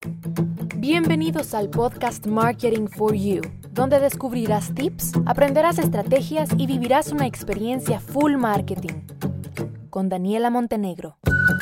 Bienvenidos al podcast Marketing for You, donde descubrirás tips, aprenderás estrategias y vivirás una experiencia full marketing. Con Daniela Montenegro.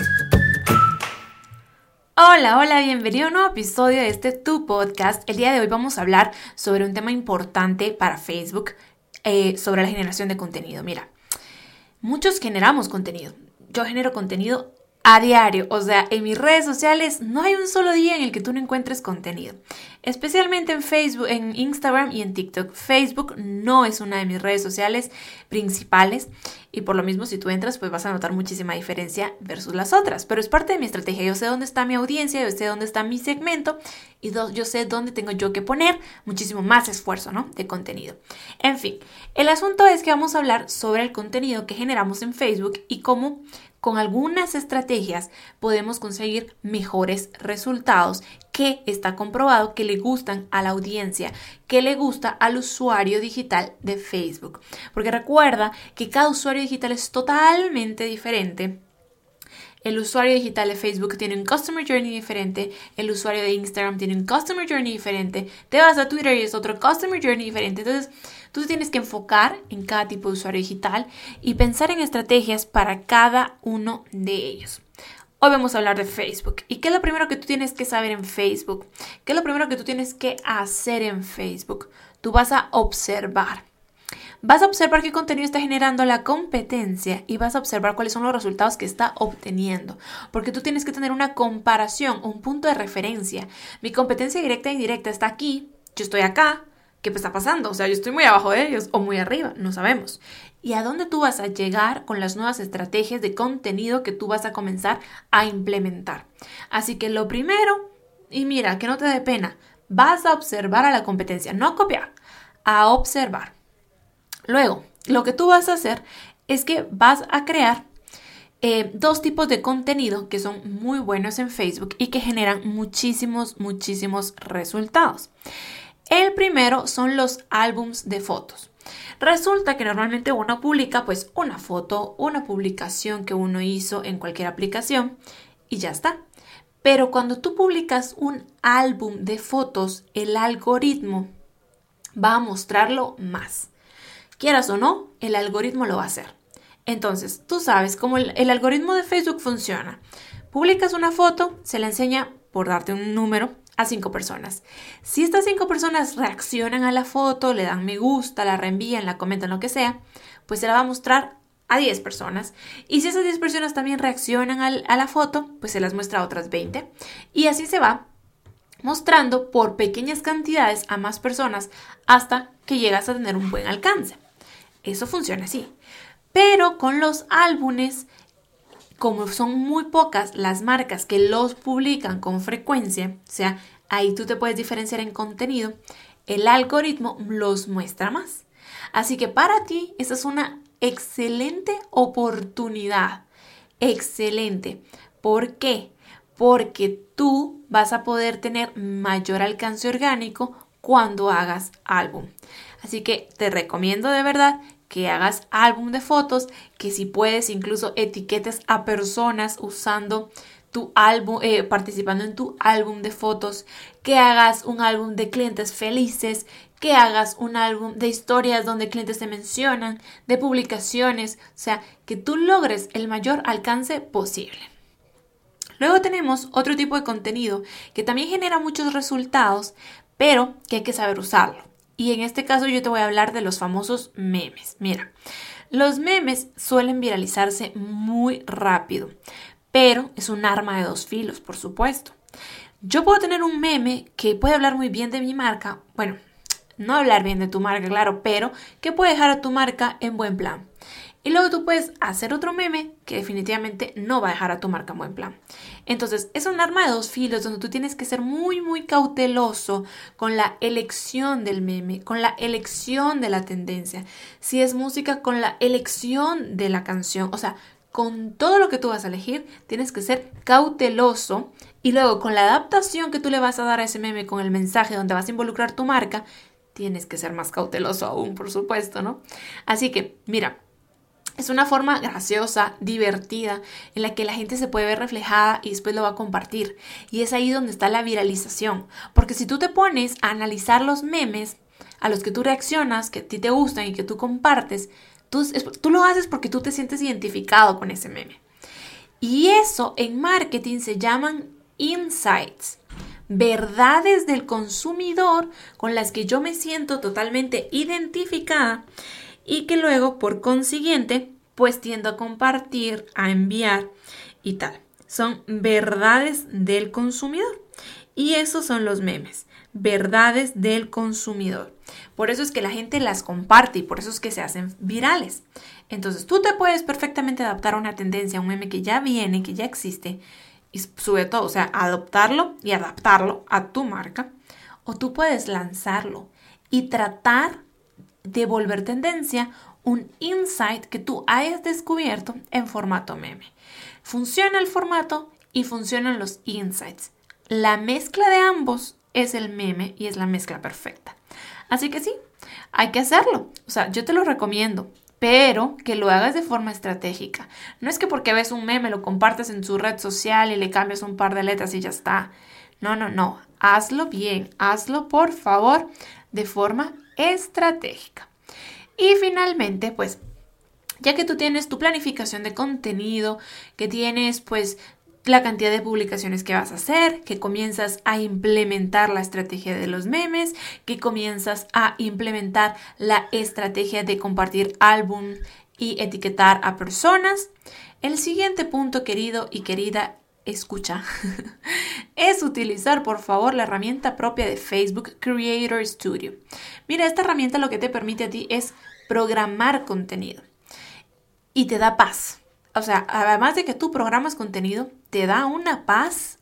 Hola, bienvenido a un nuevo episodio de tu podcast. El día de hoy vamos a hablar sobre un tema importante para Facebook, sobre la generación de contenido. Mira, muchos generamos contenido. Yo genero contenido a diario, o sea, en mis redes sociales no hay un solo día en el que tú no encuentres contenido, especialmente en Facebook, en Instagram y en TikTok. Facebook no es una de mis redes sociales principales y por lo mismo si tú entras pues vas a notar muchísima diferencia versus las otras, pero es parte de mi estrategia. Yo sé dónde está mi audiencia, yo sé dónde está mi segmento y yo sé dónde tengo yo que poner muchísimo más esfuerzo, ¿no?, de contenido. En fin, el asunto es que vamos a hablar sobre el contenido que generamos en Facebook y cómo con algunas estrategias podemos conseguir mejores resultados que está comprobado que le gustan a la audiencia, que le gusta al usuario digital de Facebook. Porque recuerda que cada usuario digital es totalmente diferente. El usuario digital de Facebook tiene un Customer Journey diferente, el usuario de Instagram tiene un Customer Journey diferente, te vas a Twitter y es otro Customer Journey diferente. Entonces, tú tienes que enfocar en cada tipo de usuario digital y pensar en estrategias para cada uno de ellos. Hoy vamos a hablar de Facebook. ¿Y qué es lo primero que tú tienes que saber en Facebook? ¿Qué es lo primero que tú tienes que hacer en Facebook? Tú vas a observar. Vas a observar qué contenido está generando la competencia y vas a observar cuáles son los resultados que está obteniendo. Porque tú tienes que tener una comparación, un punto de referencia. Mi competencia directa e indirecta está aquí, yo estoy acá. ¿Qué está pasando? O sea, yo estoy muy abajo de ellos o muy arriba, no sabemos. ¿Y a dónde tú vas a llegar con las nuevas estrategias de contenido que tú vas a comenzar a implementar? Así que lo primero, y mira, que no te dé pena, vas a observar a la competencia, no a copiar, a observar. Luego, lo que tú vas a hacer es que vas a crear dos tipos de contenido que son muy buenos en Facebook y que generan muchísimos resultados. El primero son los álbums de fotos. Resulta que normalmente uno publica pues una foto, una publicación que uno hizo en cualquier aplicación y ya está. Pero cuando tú publicas un álbum de fotos, el algoritmo va a mostrarlo más. Quieras o no, el algoritmo lo va a hacer. Entonces, tú sabes cómo el algoritmo de Facebook funciona. Publicas una foto, se la enseña, por darte un número, a 5 personas. Si estas 5 personas reaccionan a la foto, le dan me gusta, la reenvían, la comentan, lo que sea, pues se la va a mostrar a 10 personas. Y si esas 10 personas también reaccionan a la foto, pues se las muestra a otras 20. Y así se va mostrando por pequeñas cantidades a más personas hasta que llegas a tener un buen alcance. Eso funciona así. Pero con los álbumes, como son muy pocas las marcas que los publican con frecuencia, o sea, ahí tú te puedes diferenciar en contenido, el algoritmo los muestra más. Así que para ti, esta es una excelente oportunidad. Excelente. ¿Por qué? Porque tú vas a poder tener mayor alcance orgánico cuando hagas álbum. Así que te recomiendo de verdad que hagas álbum de fotos, que si puedes incluso etiquetes a personas usando tu álbum, participando en tu álbum de fotos, que hagas un álbum de clientes felices, que hagas un álbum de historias donde clientes te mencionan, de publicaciones, o sea, que tú logres el mayor alcance posible. Luego tenemos otro tipo de contenido que también genera muchos resultados, pero que hay que saber usarlo. Y en este caso yo te voy a hablar de los famosos memes. Mira, los memes suelen viralizarse muy rápido, pero es un arma de dos filos, por supuesto. Yo puedo tener un meme que puede hablar muy bien de mi marca, bueno, no hablar bien de tu marca, claro, pero que puede dejar a tu marca en buen plan. Y luego tú puedes hacer otro meme que definitivamente no va a dejar a tu marca en buen plan. Entonces, es un arma de dos filos donde tú tienes que ser muy cauteloso con la elección del meme, con la elección de la tendencia. Si es música, con la elección de la canción. O sea, con todo lo que tú vas a elegir, tienes que ser cauteloso. Y luego, con la adaptación que tú le vas a dar a ese meme, con el mensaje donde vas a involucrar tu marca, tienes que ser más cauteloso aún, por supuesto, ¿no? Así que, mira, Es una forma graciosa, divertida, en la que la gente se puede ver reflejada y después lo va a compartir. Y es ahí donde está la viralización. Porque si tú te pones a analizar los memes a los que tú reaccionas, que a ti te gustan y que tú compartes, tú lo haces porque tú te sientes identificado con ese meme. Y eso en marketing se llaman insights. Verdades del consumidor con las que yo me siento totalmente identificada y que luego, por consiguiente, pues tiendo a compartir, a enviar y tal. Son verdades del consumidor. Y esos son los memes, verdades del consumidor. Por eso es que la gente las comparte y por eso es que se hacen virales. Entonces, tú te puedes perfectamente adaptar a una tendencia, a un meme que ya viene, que ya existe, y sobre todo, o sea, adoptarlo y adaptarlo a tu marca. O tú puedes lanzarlo y tratar de volver tendencia un insight que tú hayas descubierto en formato meme. Funciona el formato y funcionan los insights. La mezcla de ambos es el meme y es la mezcla perfecta. Así que sí, hay que hacerlo. O sea, yo te lo recomiendo, pero que lo hagas de forma estratégica. No es que porque ves un meme lo compartes en tu red social y le cambias un par de letras y ya está. No. Hazlo bien, hazlo por favor de forma estratégica. Y finalmente, pues, ya que tú tienes tu planificación de contenido, que tienes pues la cantidad de publicaciones que vas a hacer, que comienzas a implementar la estrategia de los memes, que comienzas a implementar la estrategia de compartir álbum y etiquetar a personas, el siguiente punto, querido y querida, escucha, es utilizar por favor la herramienta propia de Facebook, Creator Studio. Mira, esta herramienta lo que te permite a ti es programar contenido y te da paz. O sea, además de que tú programas contenido, te da una paz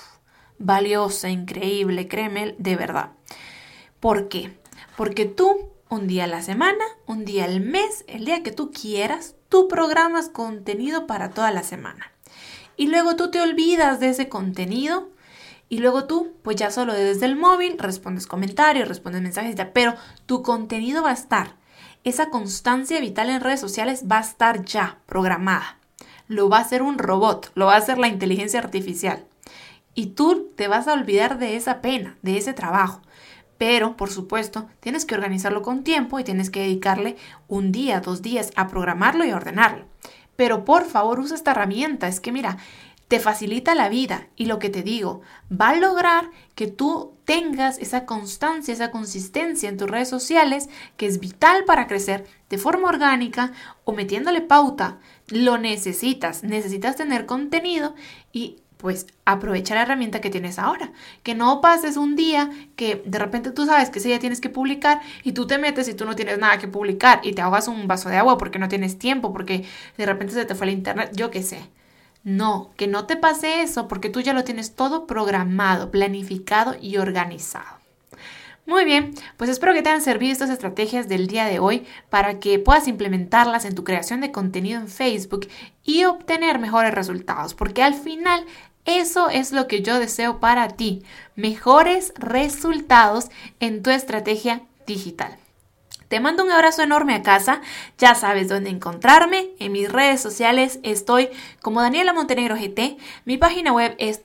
valiosa, increíble, créeme, de verdad. ¿Por qué? Porque tú, un día a la semana, un día al mes, el día que tú quieras, tú programas contenido para toda la semana. Y luego tú te olvidas de ese contenido y luego tú, pues ya solo desde el móvil, respondes comentarios, respondes mensajes, pero tu contenido va a estar. Esa constancia vital en redes sociales va a estar ya programada. Lo va a hacer un robot, lo va a hacer la inteligencia artificial. Y tú te vas a olvidar de esa pena, de ese trabajo. Pero, por supuesto, tienes que organizarlo con tiempo y tienes que dedicarle un día, 2 días a programarlo y a ordenarlo. Pero por favor, usa esta herramienta. Es que mira, te facilita la vida y lo que te digo, va a lograr que tú tengas esa constancia, esa consistencia en tus redes sociales que es vital para crecer de forma orgánica o metiéndole pauta. Lo necesitas tener contenido y pues aprovecha la herramienta que tienes ahora. Que no pases un día que de repente tú sabes que ese día tienes que publicar y tú te metes y tú no tienes nada que publicar y te ahogas un vaso de agua porque no tienes tiempo, porque de repente se te fue el internet, yo qué sé. No, que no te pase eso porque tú ya lo tienes todo programado, planificado y organizado. Muy bien, pues espero que te hayan servido estas estrategias del día de hoy para que puedas implementarlas en tu creación de contenido en Facebook y obtener mejores resultados, porque al final eso es lo que yo deseo para ti, mejores resultados en tu estrategia digital. Te mando un abrazo enorme a casa, ya sabes dónde encontrarme, en mis redes sociales estoy como Daniela Montenegro GT, mi página web es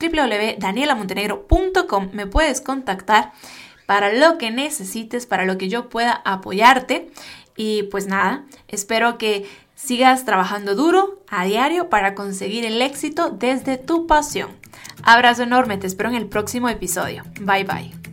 www.danielamontenegro.com, me puedes contactar para lo que necesites, para lo que yo pueda apoyarte y pues nada, espero que sigas trabajando duro a diario para conseguir el éxito desde tu pasión. Abrazo enorme, te espero en el próximo episodio, bye bye.